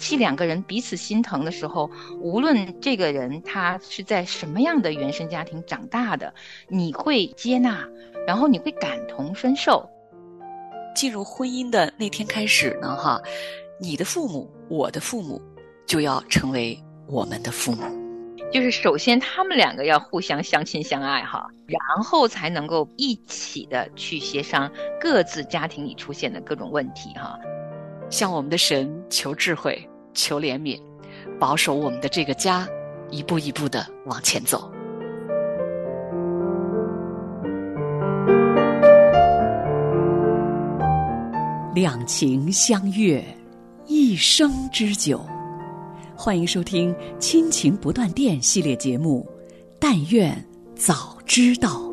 妻两个人彼此心疼的时候，无论这个人他是在什么样的原生家庭长大的，你会接纳，然后你会感同身受。 进入婚姻的那天开始呢，你的父母，我的父母，就要成为我们的父母。 就是首先他们两个要互相相亲相爱然后才能够一起的去协商各自家庭里出现的各种问题向我们的神求智慧，求怜悯，保守我们的这个家一步一步的往前走。两情相悦，一生之久。欢迎收听亲情不断电系列节目，但愿早知道。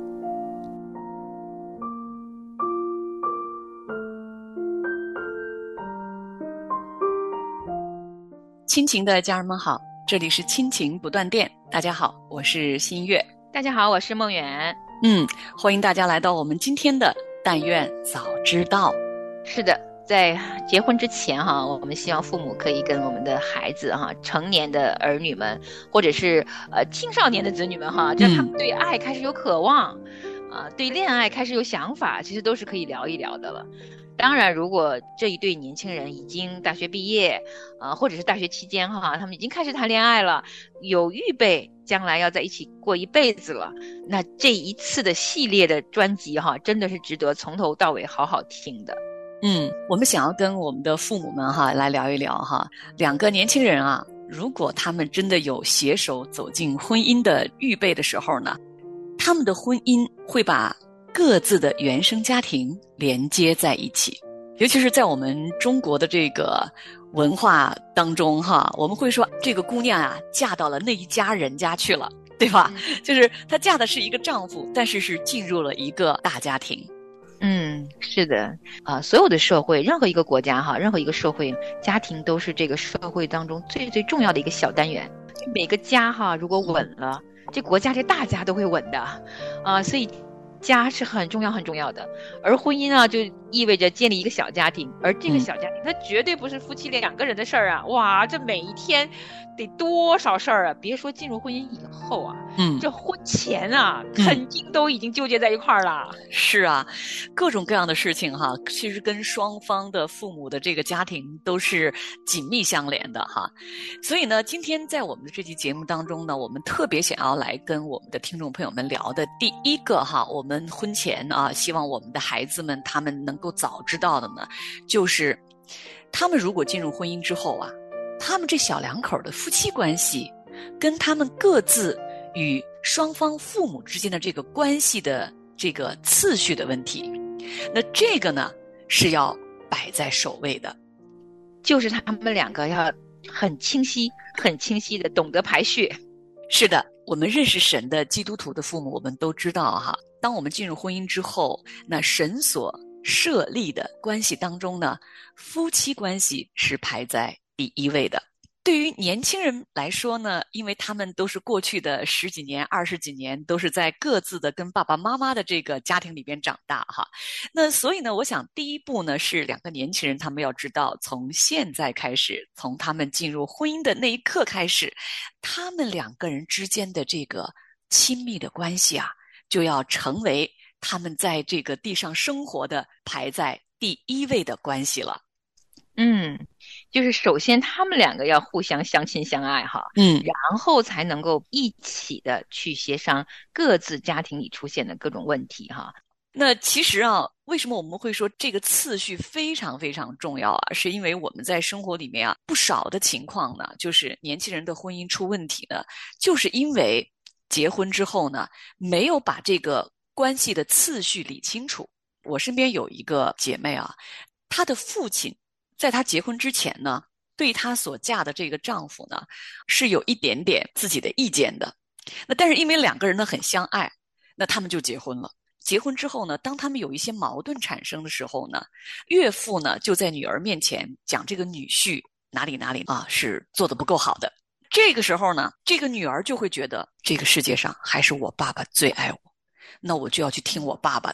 亲情的家人们好，这里是亲情不断电。大家好，我是新月。 大家好，我是梦远。 欢迎大家来到我们今天的但愿早知道。 是的，在结婚之前我们希望父母可以跟我们的孩子成年的儿女们，或者是青少年的子女们这他们对爱开始有渴望对恋爱开始有想法，其实都是可以聊一聊的了。当然如果这一对年轻人已经大学毕业或者是大学期间他们已经开始谈恋爱了，有预备将来要在一起过一辈子了，那这一次的系列的专辑真的是值得从头到尾好好听的。 我们想要跟我们的父母们来聊一聊两个年轻人如果他们真的有携手走进婚姻的预备的时候呢，他们的婚姻会把各自的原生家庭连接在一起。尤其是在我们中国的这个文化当中我们会说这个姑娘嫁到了那一家人家去了，对吧？就是她嫁的是一个丈夫，但是是进入了一个大家庭。 是的所有的社会，任何一个国家任何一个社会，家庭都是这个社会当中最最重要的一个小单元。每个家如果稳了，这国家这大家都会稳的所以家是很重要很重要的。而婚姻就意味着建立一个小家庭，而这个小家庭它绝对不是夫妻两个人的事儿哇，这每一天得多少事儿别说进入婚姻以后这婚前肯定都已经纠结在一块儿了。 是各种各样的事情其实跟双方的父母的这个家庭都是紧密相连的所以呢，今天在我们的这期节目当中呢，我们特别想要来跟我们的听众朋友们聊的第一个我们婚前希望我们的孩子们他们能够早知道的呢，就是他们如果进入婚姻之后他们这小两口的夫妻关系跟他们各自与双方父母之间的这个关系的这个次序的问题，那这个呢是要摆在首位的。 就是他们两个要很清晰很清晰的懂得排序。 是的，我们认识神的基督徒的父母，我们都知道当我们进入婚姻之后，那神所设立的关系当中呢，夫妻关系是排在第一位的。对于年轻人来说呢，因为他们都是过去的10几年、20几年都是在各自的跟爸爸妈妈的这个家庭里边长大那所以呢，我想第一步呢是两个年轻人他们要知道，从现在开始，从他们进入婚姻的那一刻开始，他们两个人之间的这个亲密的关系就要成为他们在这个地上生活的排在第一位的关系了。 就是首先他们两个要互相相亲相爱然后才能够一起的去协商各自家庭里出现的各种问题那其实为什么我们会说这个次序非常非常重要是因为我们在生活里面不少的情况呢，就是年轻人的婚姻出问题呢，就是因为结婚之后呢，没有把这个关系的次序理清楚。我身边有一个姐妹她的父亲在她结婚之前呢，对她所嫁的这个丈夫呢，是有一点点自己的意见的。那但是因为两个人呢很相爱，那他们就结婚了。结婚之后呢，当他们有一些矛盾产生的时候呢，岳父呢就在女儿面前讲这个女婿哪里哪里是做得不够好的。这个时候呢，这个女儿就会觉得这个世界上还是我爸爸最爱我，那我就要去听我爸爸的，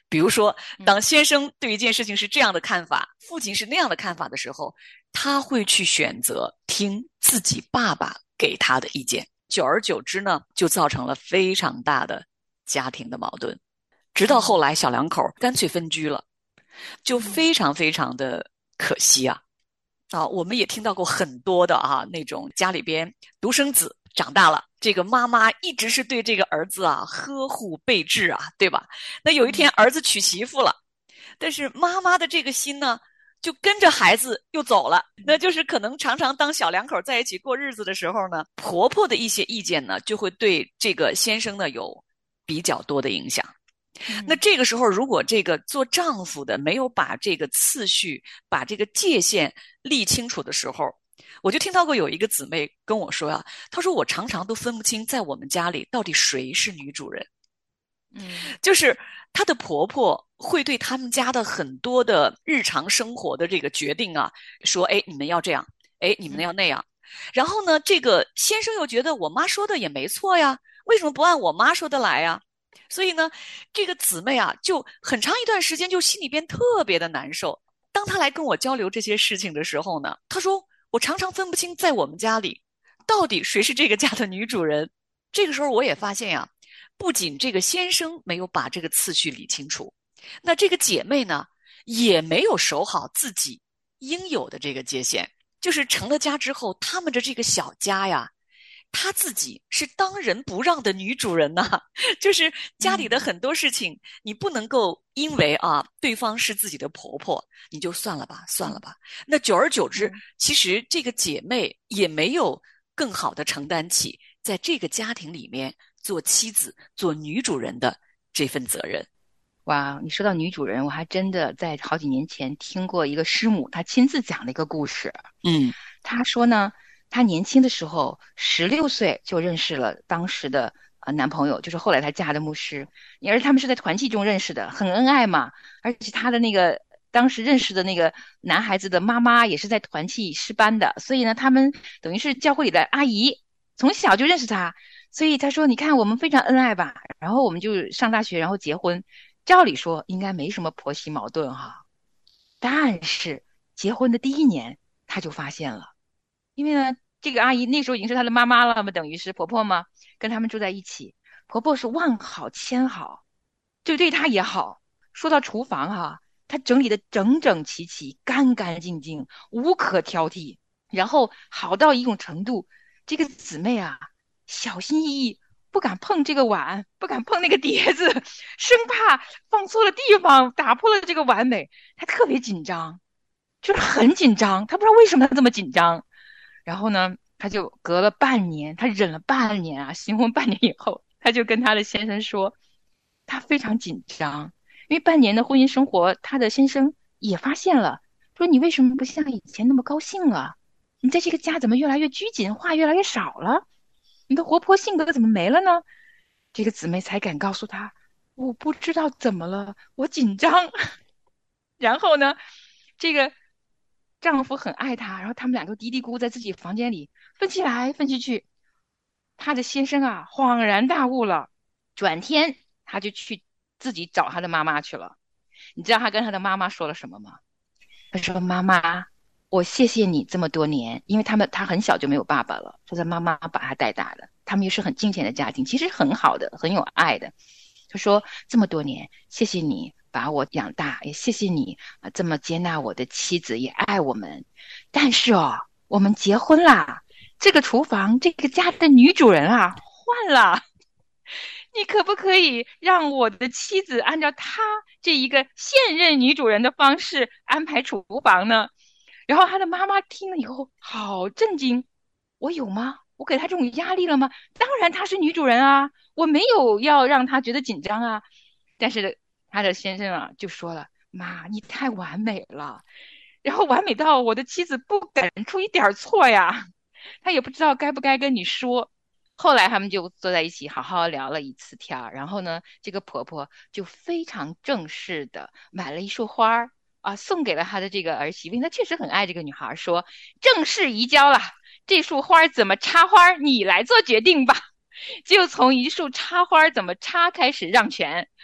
比如说，当先生对一件事情是这样的看法，父亲是那样的看法的时候，他会去选择听自己爸爸给他的意见。久而久之呢，就造成了非常大的家庭的矛盾，直到后来小两口干脆分居了，就非常非常的可惜啊。我们也听到过很多的那种家里边独生子长大了，这个妈妈一直是对这个儿子呵护备至对吧？那有一天儿子娶媳妇了，但是妈妈的这个心呢，就跟着孩子又走了。那就是可能常常当小两口在一起过日子的时候呢，婆婆的一些意见呢，就会对这个先生呢有比较多的影响。那这个时候，如果这个做丈夫的没有把这个次序、把这个界限立清楚的时候，我就听到过有一个姊妹跟我说她说我常常都分不清在我们家里到底谁是女主人。就是她的婆婆会对他们家的很多的日常生活的这个决定说哎你们要这样，哎你们要那样。然后呢，这个先生又觉得我妈说的也没错呀，为什么不按我妈说的来呀？所以呢，这个姊妹就很长一段时间就心里边特别的难受。当她来跟我交流这些事情的时候呢，她说我常常分不清在我们家里到底谁是这个家的女主人。这个时候我也发现不仅这个先生没有把这个次序理清楚，那这个姐妹呢也没有守好自己应有的这个界限。就是成了家之后，他们的这个小家她自己是当仁不让的女主人呐，就是家里的很多事情，你不能够因为对方是自己的婆婆，你就算了吧，算了吧。那久而久之，其实这个姐妹也没有更好的承担起在这个家庭里面做妻子、做女主人的这份责任。 哇，你说到女主人，我还真的在好几年前听过一个师母，她亲自讲的一个故事。她说呢，她年轻的时候16岁就认识了当时的男朋友，就是后来她嫁的牧师，而他们是在团契中认识的，很恩爱嘛。而且她的那个当时认识的那个男孩子的妈妈也是在团契师班的，所以呢，他们等于是教会里的阿姨，从小就认识他。所以她说，你看我们非常恩爱吧，然后我们就上大学，然后结婚。照理说应该没什么婆媳矛盾哈，但是结婚的第一年他就发现了，因为呢，这个阿姨那时候已经是他的妈妈了嘛，等于是婆婆嘛，跟他们住在一起，婆婆是万好千好，就对她也好。说到厨房她整理的整整齐齐、干干净净，无可挑剔，然后好到一种程度，这个姊妹小心翼翼。不敢碰这个碗，不敢碰那个碟子，生怕放错了地方，打破了这个完美。他特别紧张，就是很紧张，他不知道为什么他这么紧张。然后呢，他就隔了半年，他忍了半年新婚半年以后，他就跟他的先生说，他非常紧张，因为半年的婚姻生活，他的先生也发现了，说你为什么不像以前那么高兴了？你在这个家怎么越来越拘谨，话越来越少了？你的活泼性格怎么没了呢？这个姊妹才敢告诉他，我不知道怎么了，我紧张。然后呢，这个丈夫很爱她，然后他们俩都嘀嘀咕咕在自己房间里分析来分析去。她的先生恍然大悟了，转天他就去自己找他的妈妈去了。你知道他跟他的妈妈说了什么吗？他说：“妈妈，我谢谢你这么多年，因为他很小就没有爸爸了，说他妈妈把他带大的，他们又是很敬虔的家庭，其实很好的，很有爱的。他说这么多年，谢谢你把我养大，也谢谢你这么接纳我的妻子，也爱我们。但是我们结婚啦，这个厨房这个家的女主人换了。”你可不可以让我的妻子按照她这一个现任女主人的方式安排厨房呢？然后他的妈妈听了以后好震惊，我有吗？我给她这种压力了吗？当然她是女主人我没有要让她觉得紧张但是他的先生就说了，妈，你太完美了，然后完美到我的妻子不敢出一点错呀，他也不知道该不该跟你说。后来他们就坐在一起好好聊了一次天儿，然后呢，这个婆婆就非常正式的买了一束花儿送给了她的这个儿媳妇，因为她确实很爱这个女孩，说正式移交了，这束花儿怎么插花你来做决定吧。就从一束插花怎么插开始让权，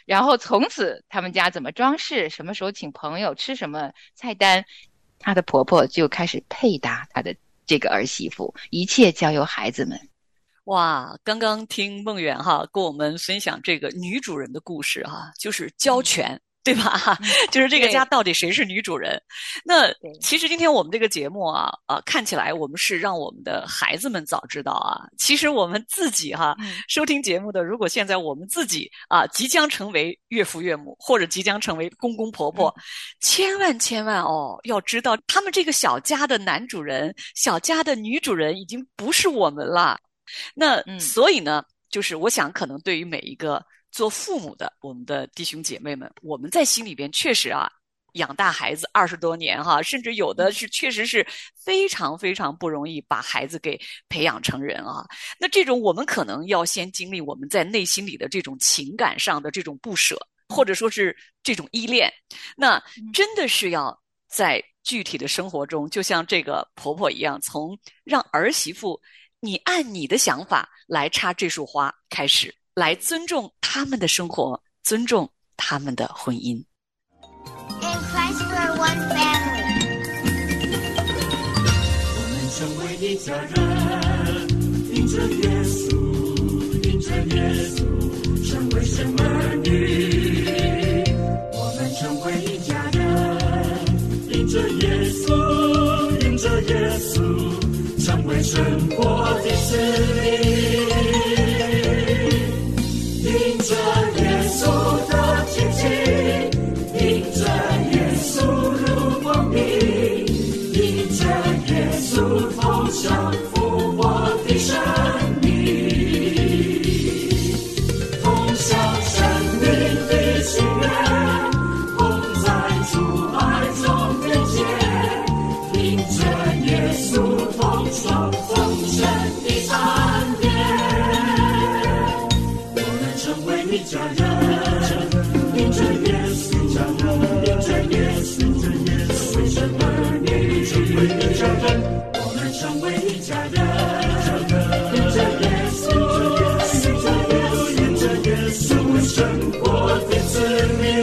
然后从此他们家怎么装饰，什么时候请朋友，吃什么菜单，她的婆婆就开始配搭她的这个儿媳妇，一切交由孩子们。 哇，刚刚听孟远哈跟我们分享这个女主人的故事哈，就是交权，对吧？就是这个家到底谁是女主人？那其实今天我们这个节目啊，看起来我们是让我们的孩子们早知道啊，其实我们自己哈，收听节目的，如果现在我们自己啊即将成为岳父岳母，或者即将成为公公婆婆，千万哦，要知道他们这个小家的男主人、小家的女主人已经不是我们了。那所以呢，就是我想，可能对于每一个做父母的我们的弟兄姐妹们，我们在心里边确实啊，养大孩子20多年哈，甚至有的是确实是非常非常不容易把孩子给培养成人啊。那这种我们可能要先经历我们在内心里的这种情感上的这种不舍，或者说是这种依恋，那真的是要在具体的生活中，就像这个婆婆一样，从让儿媳妇你按你的想法来插这束花开始，来尊重他们的生活，尊重他们的婚姻。 In Christ we're one family. 我们成为一家人，因着耶稣，因着耶稣，成为神儿女。我们成为一家人，因着耶稣，因着耶稣，成为神国的子民。因着耶稣的亲情，因着耶稣入光明，因着耶稣同享复活的生命，同享生命的喜悦，同在主爱中连结，因着耶稣同享丰盛的恩典，我们成为一家人。因着耶稣，因着耶稣，成为神儿女，成为一家人。我们成为一家人。因着耶稣，因着耶稣，成为神国的子民。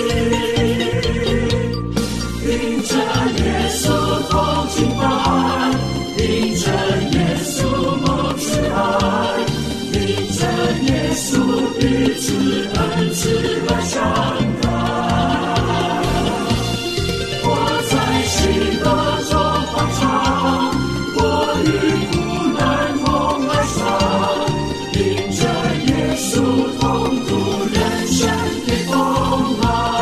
因着耶稣同敬拜，因着耶稣蒙慈爱，因着耶稣彼此恩慈来相待，我在喜乐中欢唱，我与苦难同哀伤，因着耶稣同度人生的风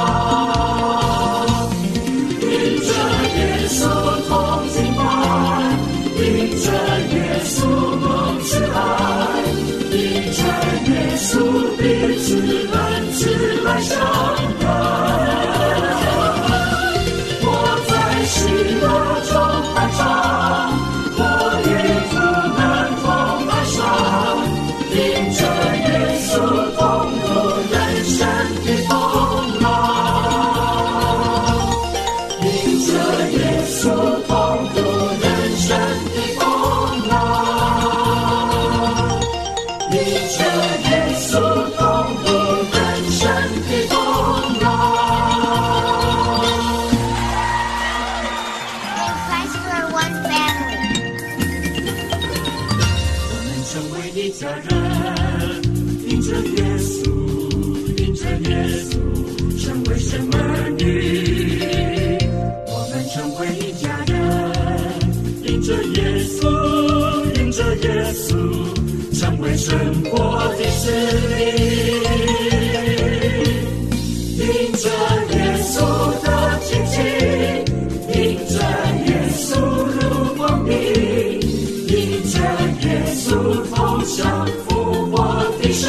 浪，因着耶稣同敬拜，因着耶稣蒙慈爱，因着耶稣彼此恩慈来相待，我在喜乐中欢唱，我与苦难同哀伤，因着耶稣同度人生的风浪，因着耶稣同度人生的风浪，因着耶稣同度人生的风浪。 In Christ we're one family. 我们成为一家人，因着耶稣，因着耶稣，成为神儿女。我们成为一家人，因着耶稣，因着耶稣，成为神国的子民。因着耶稣的亲情，因着耶稣入光明，因着耶稣同享复活的生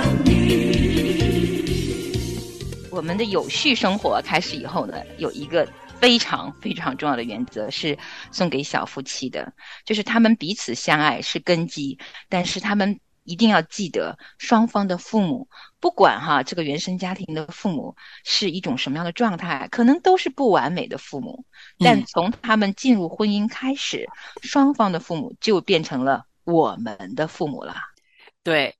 命。 我们的有序生活开始以后呢，有一个非常非常重要的原则是送给小夫妻的，就是他们彼此相爱是根基，但是他们一定要记得双方的父母，不管这个原生家庭的父母是一种什么样的状态，可能都是不完美的父母，但从他们进入婚姻开始，双方的父母就变成了我们的父母了。 对，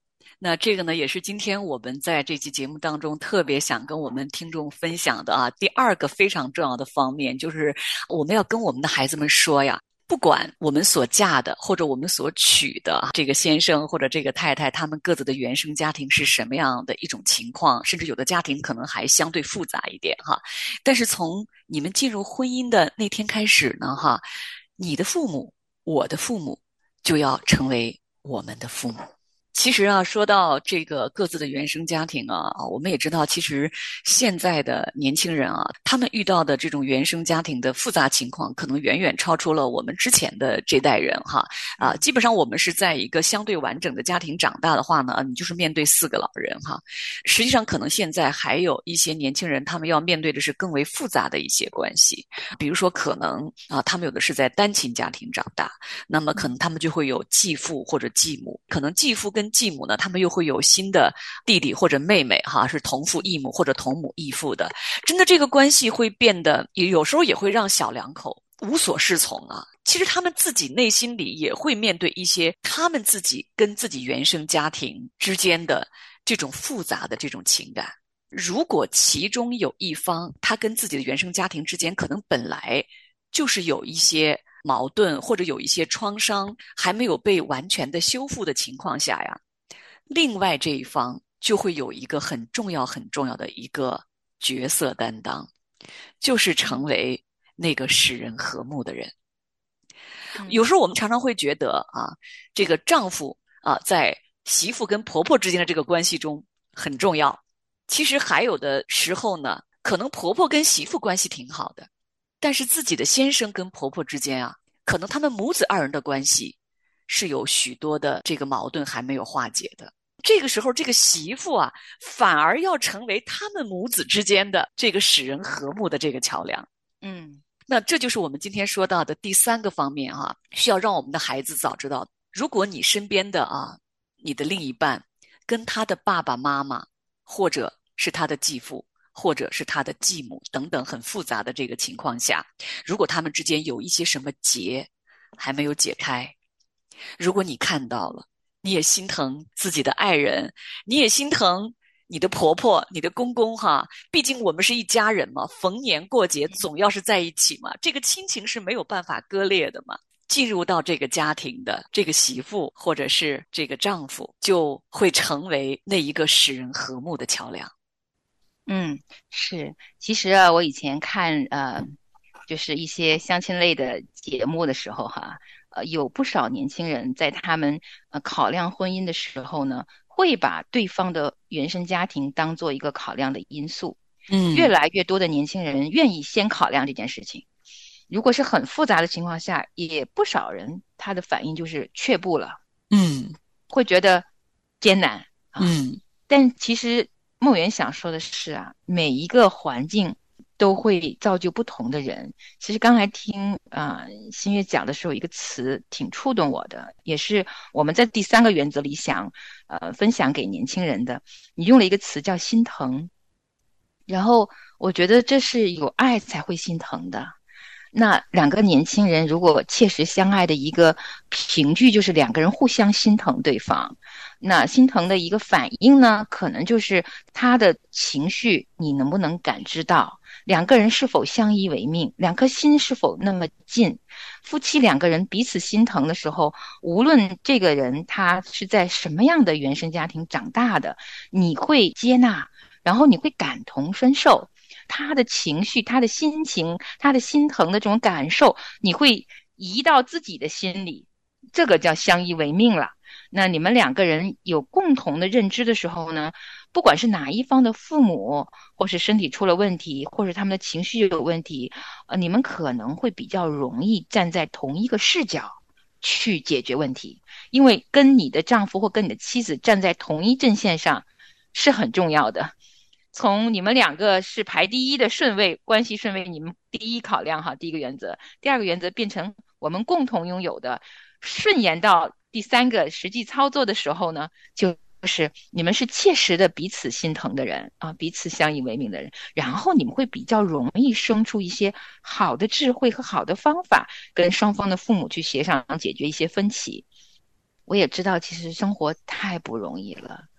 那这个呢，也是今天我们在这期节目当中特别想跟我们听众分享的啊。第二个非常重要的方面，就是我们要跟我们的孩子们说呀，不管我们所嫁的或者我们所娶的这个先生或者这个太太，他们各自的原生家庭是什么样的一种情况，甚至有的家庭可能还相对复杂一点哈。但是从你们进入婚姻的那天开始呢，哈，你的父母，我的父母就要成为我们的父母。其实啊，说到这个各自的原生家庭啊，我们也知道，其实现在的年轻人啊，他们遇到的这种原生家庭的复杂情况，可能远远超出了我们之前的这代人哈。基本上我们是在一个相对完整的家庭长大的话呢，你就是面对4个老人哈。实际上，可能现在还有一些年轻人，他们要面对的是更为复杂的一些关系，比如说可能他们有的是在单亲家庭长大，那么可能他们就会有继父或者继母，可能继父跟继母呢，他们又会有新的弟弟或者妹妹哈，是同父异母或者同母异父的，真的这个关系会变得有时候也会让小两口无所适从啊。其实他们自己内心里也会面对一些他们自己跟自己原生家庭之间的这种复杂的这种情感。如果其中有一方他跟自己的原生家庭之间可能本来就是有一些矛盾或者有一些创伤还没有被完全的修复的情况下呀，另外这一方就会有一个很重要很重要的一个角色担当，就是成为那个使人和睦的人。有时候我们常常会觉得这个丈夫在媳妇跟婆婆之间的这个关系中很重要。其实还有的时候呢，可能婆婆跟媳妇关系挺好的，但是自己的先生跟婆婆之间可能他们母子2人的关系是有许多的这个矛盾还没有化解的。这个时候这个媳妇反而要成为他们母子之间的这个使人和睦的这个桥梁。那这就是我们今天说到的第3个方面需要让我们的孩子早知道。如果你身边的你的另一半跟他的爸爸妈妈或者是他的继父或者是他的继母等等很复杂的这个情况下，如果他们之间有一些什么结还没有解开，如果你看到了，你也心疼自己的爱人，你也心疼你的婆婆你的公公毕竟我们是一家人嘛，逢年过节总要是在一起嘛，这个亲情是没有办法割裂的嘛。进入到这个家庭的这个媳妇或者是这个丈夫，就会成为那一个使人和睦的桥梁。 是。其实我以前看就是一些相亲类的节目的时候有不少年轻人在他们考量婚姻的时候呢，会把对方的原生家庭当做一个考量的因素。越来越多的年轻人愿意先考量这件事情。如果是很复杂的情况下，也不少人他的反应就是却步了，会觉得艰难但其实梦圆想说的是每一个环境都会造就不同的人。其实刚才听新月讲的时候，有一个词挺触动我的，也是我们在第3个原则里想分享给年轻人的。你用了一个词叫心疼，然后我觉得这是有爱才会心疼的。那2个年轻人如果切实相爱的一个凭据就是2个人互相心疼对方，那心疼的一个反应呢，可能就是他的情绪你能不能感知到，2个人是否相依为命，2颗心是否那么近。夫妻2个人彼此心疼的时候，无论这个人他是在什么样的原生家庭长大的，你会接纳，然后你会感同身受他的情绪，他的心情，他的心疼的这种感受，你会移到自己的心里，这个叫相依为命了。那你们2个人有共同的认知的时候呢，不管是哪一方的父母或是身体出了问题，或是他们的情绪有问题，你们可能会比较容易站在同一个视角去解决问题。因为跟你的丈夫或跟你的妻子站在同一阵线上是很重要的。从你们2个是排第1的顺位，关系顺位，你们第一考量第1个原则。第2个原则变成我们共同拥有的，顺延到第3个实际操作的时候呢，就是你们是切实的彼此心疼的人彼此相依为命的人，然后你们会比较容易生出一些好的智慧和好的方法，跟双方的父母去协商解决一些分歧。我也知道其实生活太不容易了，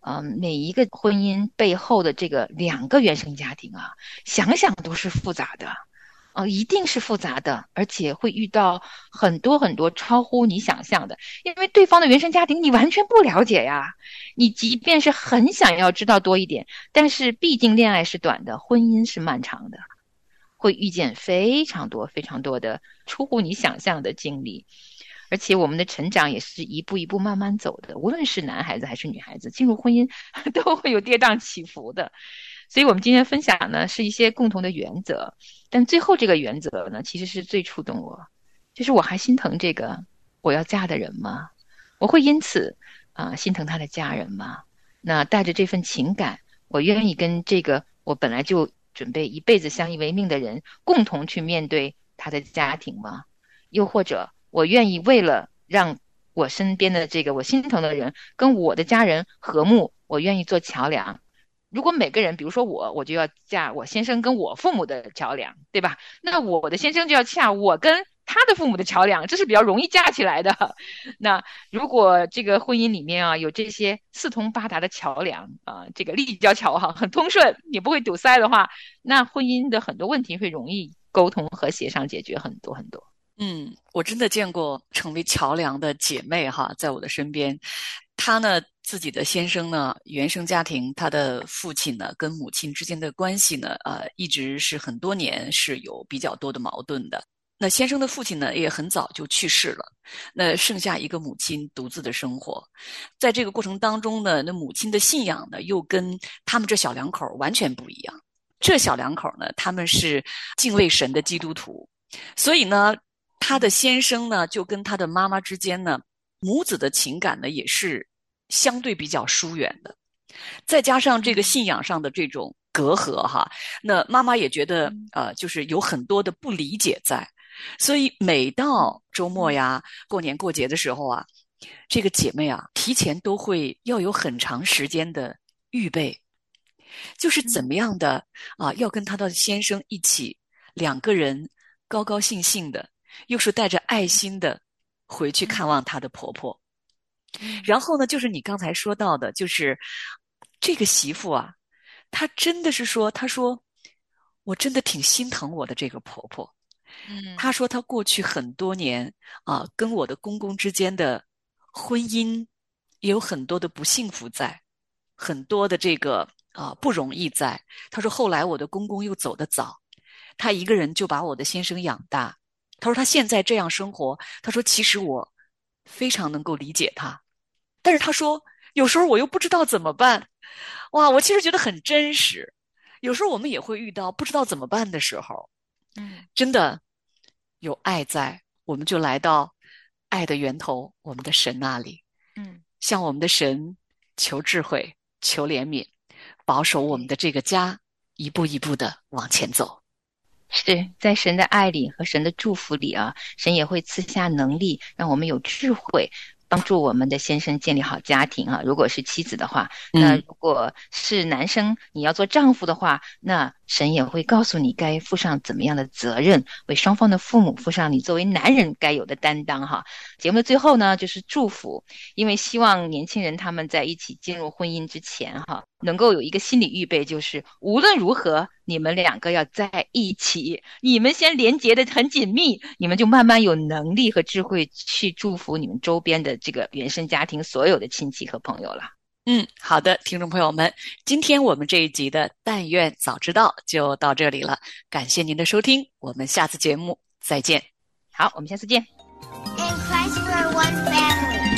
每一个婚姻背后的这个2个原生家庭啊，想想都是复杂的。一定是复杂的，而且会遇到很多很多超乎你想象的，因为对方的原生家庭你完全不了解呀。你即便是很想要知道多一点，但是毕竟恋爱是短的，婚姻是漫长的，会遇见非常多非常多的出乎你想象的经历。而且我们的成长也是一步一步慢慢走的，无论是男孩子还是女孩子，进入婚姻都会有跌宕起伏的。所以我们今天分享呢是一些共同的原则，但最后这个原则呢其实是最触动我，就是我还心疼这个我要嫁的人吗？我会因此心疼他的家人吗？那带着这份情感，我愿意跟这个我本来就准备一辈子相依为命的人共同去面对他的家庭吗？又或者我愿意为了让我身边的这个我心疼的人跟我的家人和睦，我愿意做桥梁。如果每个人，比如说我就要嫁我先生跟我父母的桥梁，对吧？那我的先生就要嫁我跟他的父母的桥梁，这是比较容易架起来的。那如果这个婚姻里面有这些四通八达的桥梁这个立交桥很通顺，也不会堵塞的话，那婚姻的很多问题会容易沟通和协商解决很多很多。 我真的见过成为桥梁的姐妹在我的身边。她呢自己的先生呢原生家庭，她的父亲呢跟母亲之间的关系呢一直是很多年是有比较多的矛盾的。那先生的父亲呢也很早就去世了，那剩下一个母亲独自的生活。在这个过程当中呢，那母亲的信仰呢又跟他们这小两口完全不一样。这小两口呢他们是敬畏神的基督徒，所以呢他的先生呢就跟他的妈妈之间呢母子的情感呢也是相对比较疏远的，再加上这个信仰上的这种隔阂那妈妈也觉得就是有很多的不理解在。所以每到周末呀过年过节的时候这个姐妹提前都会要有很长时间的预备，就是怎么样的要跟她的先生一起2个人高高兴兴的，又是带着爱心的回去看望她的婆婆。然后呢就是你刚才说到的，就是这个媳妇她真的是说，她说我真的挺心疼我的这个婆婆。她说她过去很多年跟我的公公之间的婚姻也有很多的不幸福在，很多的这个不容易在。她说后来我的公公又走得早，他一个人就把我的先生养大。他说他现在这样生活，他说其实我非常能够理解他，但是他说有时候我又不知道怎么办。哇，我其实觉得很真实。有时候我们也会遇到不知道怎么办的时候，真的有爱在，我们就来到爱的源头，我们的神那里，向我们的神求智慧，求怜悯，保守我们的这个家一步一步的往前走。 是在神的爱里和神的祝福里神也会赐下能力，让我们有智慧，帮助我们的先生建立好家庭如果是妻子的话，那如果是男生你要做丈夫的话，那神也会告诉你该负上怎么样的责任，为双方的父母负上你作为男人该有的担当节目的最后呢就是祝福，因为希望年轻人他们在一起进入婚姻之前能够有一个心理预备，就是无论如何你们2个要在一起，你们先连结得很紧密，你们就慢慢有能力和智慧去祝福你们周边的这个原生家庭所有的亲戚和朋友了。 好的，听众朋友们，今天我们这一集的但愿早知道就到这里了，感谢您的收听，我们下次节目再见。 好，我们下次见。 In Christ we're one family.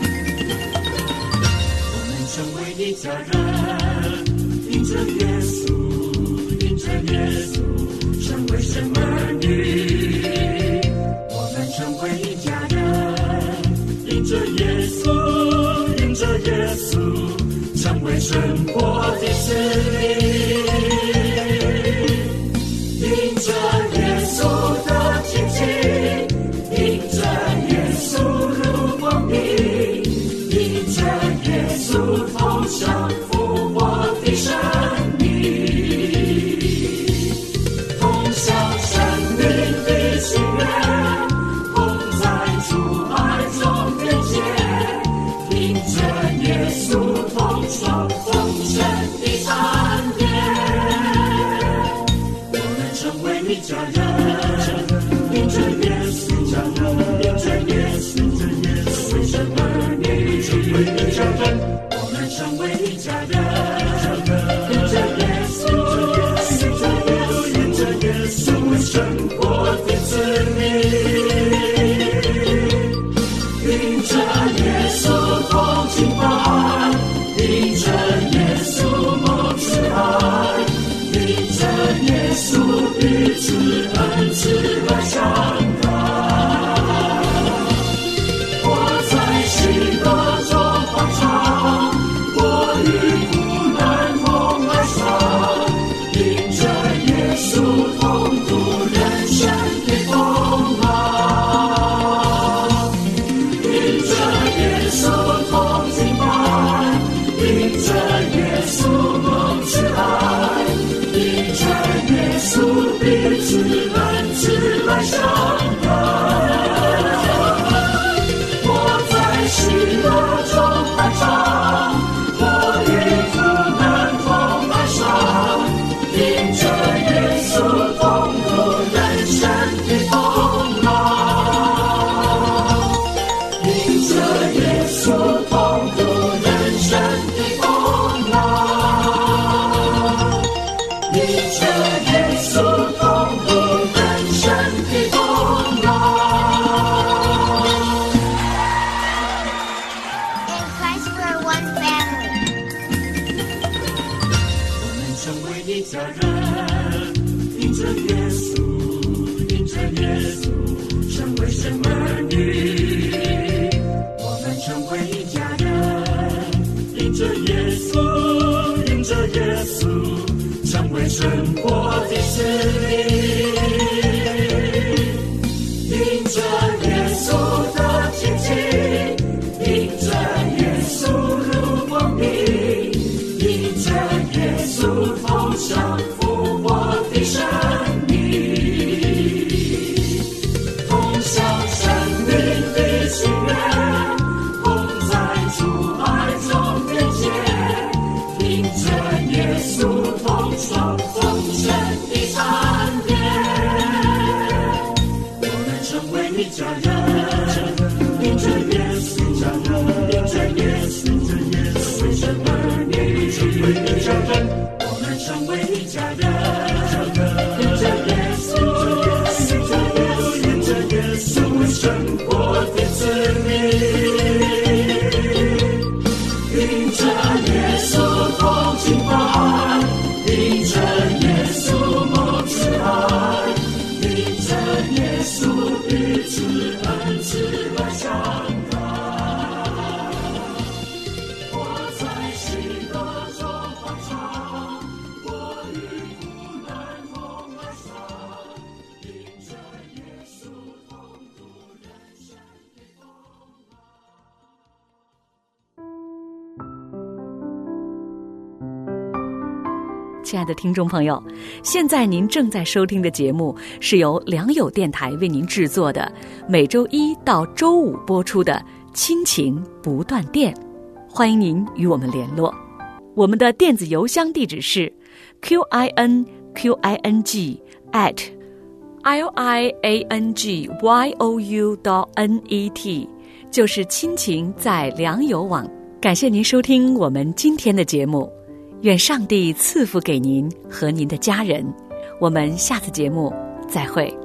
我们成为一家人，因着耶稣，因着耶稣，成为神儿女。我们成为一家人，因着耶稣，因着耶稣，成为神国的子民。因着耶稣的亲近，因着耶稣入光明，因着耶稣同享复活的生命，同享生命的喜悦，同在主爱中连结，因着耶稣同爽。 家人，因着耶稣，因着耶稣，为什么你成为一家人？我们成为一家人，因着耶稣，因着耶稣为神国的子民，因着耶稣同敬拜，因着耶稣蒙慈爱，因着耶稣彼此恩慈来相待。我在喜乐中欢唱，我与苦难同哀伤，因着耶稣同度人生的风浪，因着耶稣同敬拜，因着耶稣蒙慈爱，因着耶稣彼此恩慈来相待。我在喜乐中欢唱，我与苦难同哀伤，因着耶稣同度人生的风浪，因着耶稣同度人生的风浪，因着耶稣同度人生的风浪。 In Christ we're one family. 我们成为一家人，因着耶稣，因着耶稣，成为神儿女。我们成为一家人，因着耶稣，因着耶稣，成为神国的子民。因着耶稣的亲近，因着耶稣如光明，因着耶稣同享复活的生命，同享生命的喜悦，同在主爱中连结，因着耶稣同创丰盛的产业。我们成为一家人，因着耶稣，因着耶稣，为什么你成为一家人？我们成为一家人，因着耶稣，因着耶稣为神国的子民，因着耶稣同敬拜，因着耶稣蒙慈爱，因着耶稣彼此恩慈来相待。我在喜乐中欢唱，我与苦难同哀伤，因着耶稣同度人生的风浪。 亲爱的听众朋友，现在您正在收听的节目是由良友电台为您制作的，每周一到周五播出的亲情不断电，欢迎您与我们联络。我们的电子邮箱地址是 QINQING@liangyou.net， 就是亲情在良友网。感谢您收听我们今天的节目，愿上帝赐福给您和您的家人。我们下次节目再会。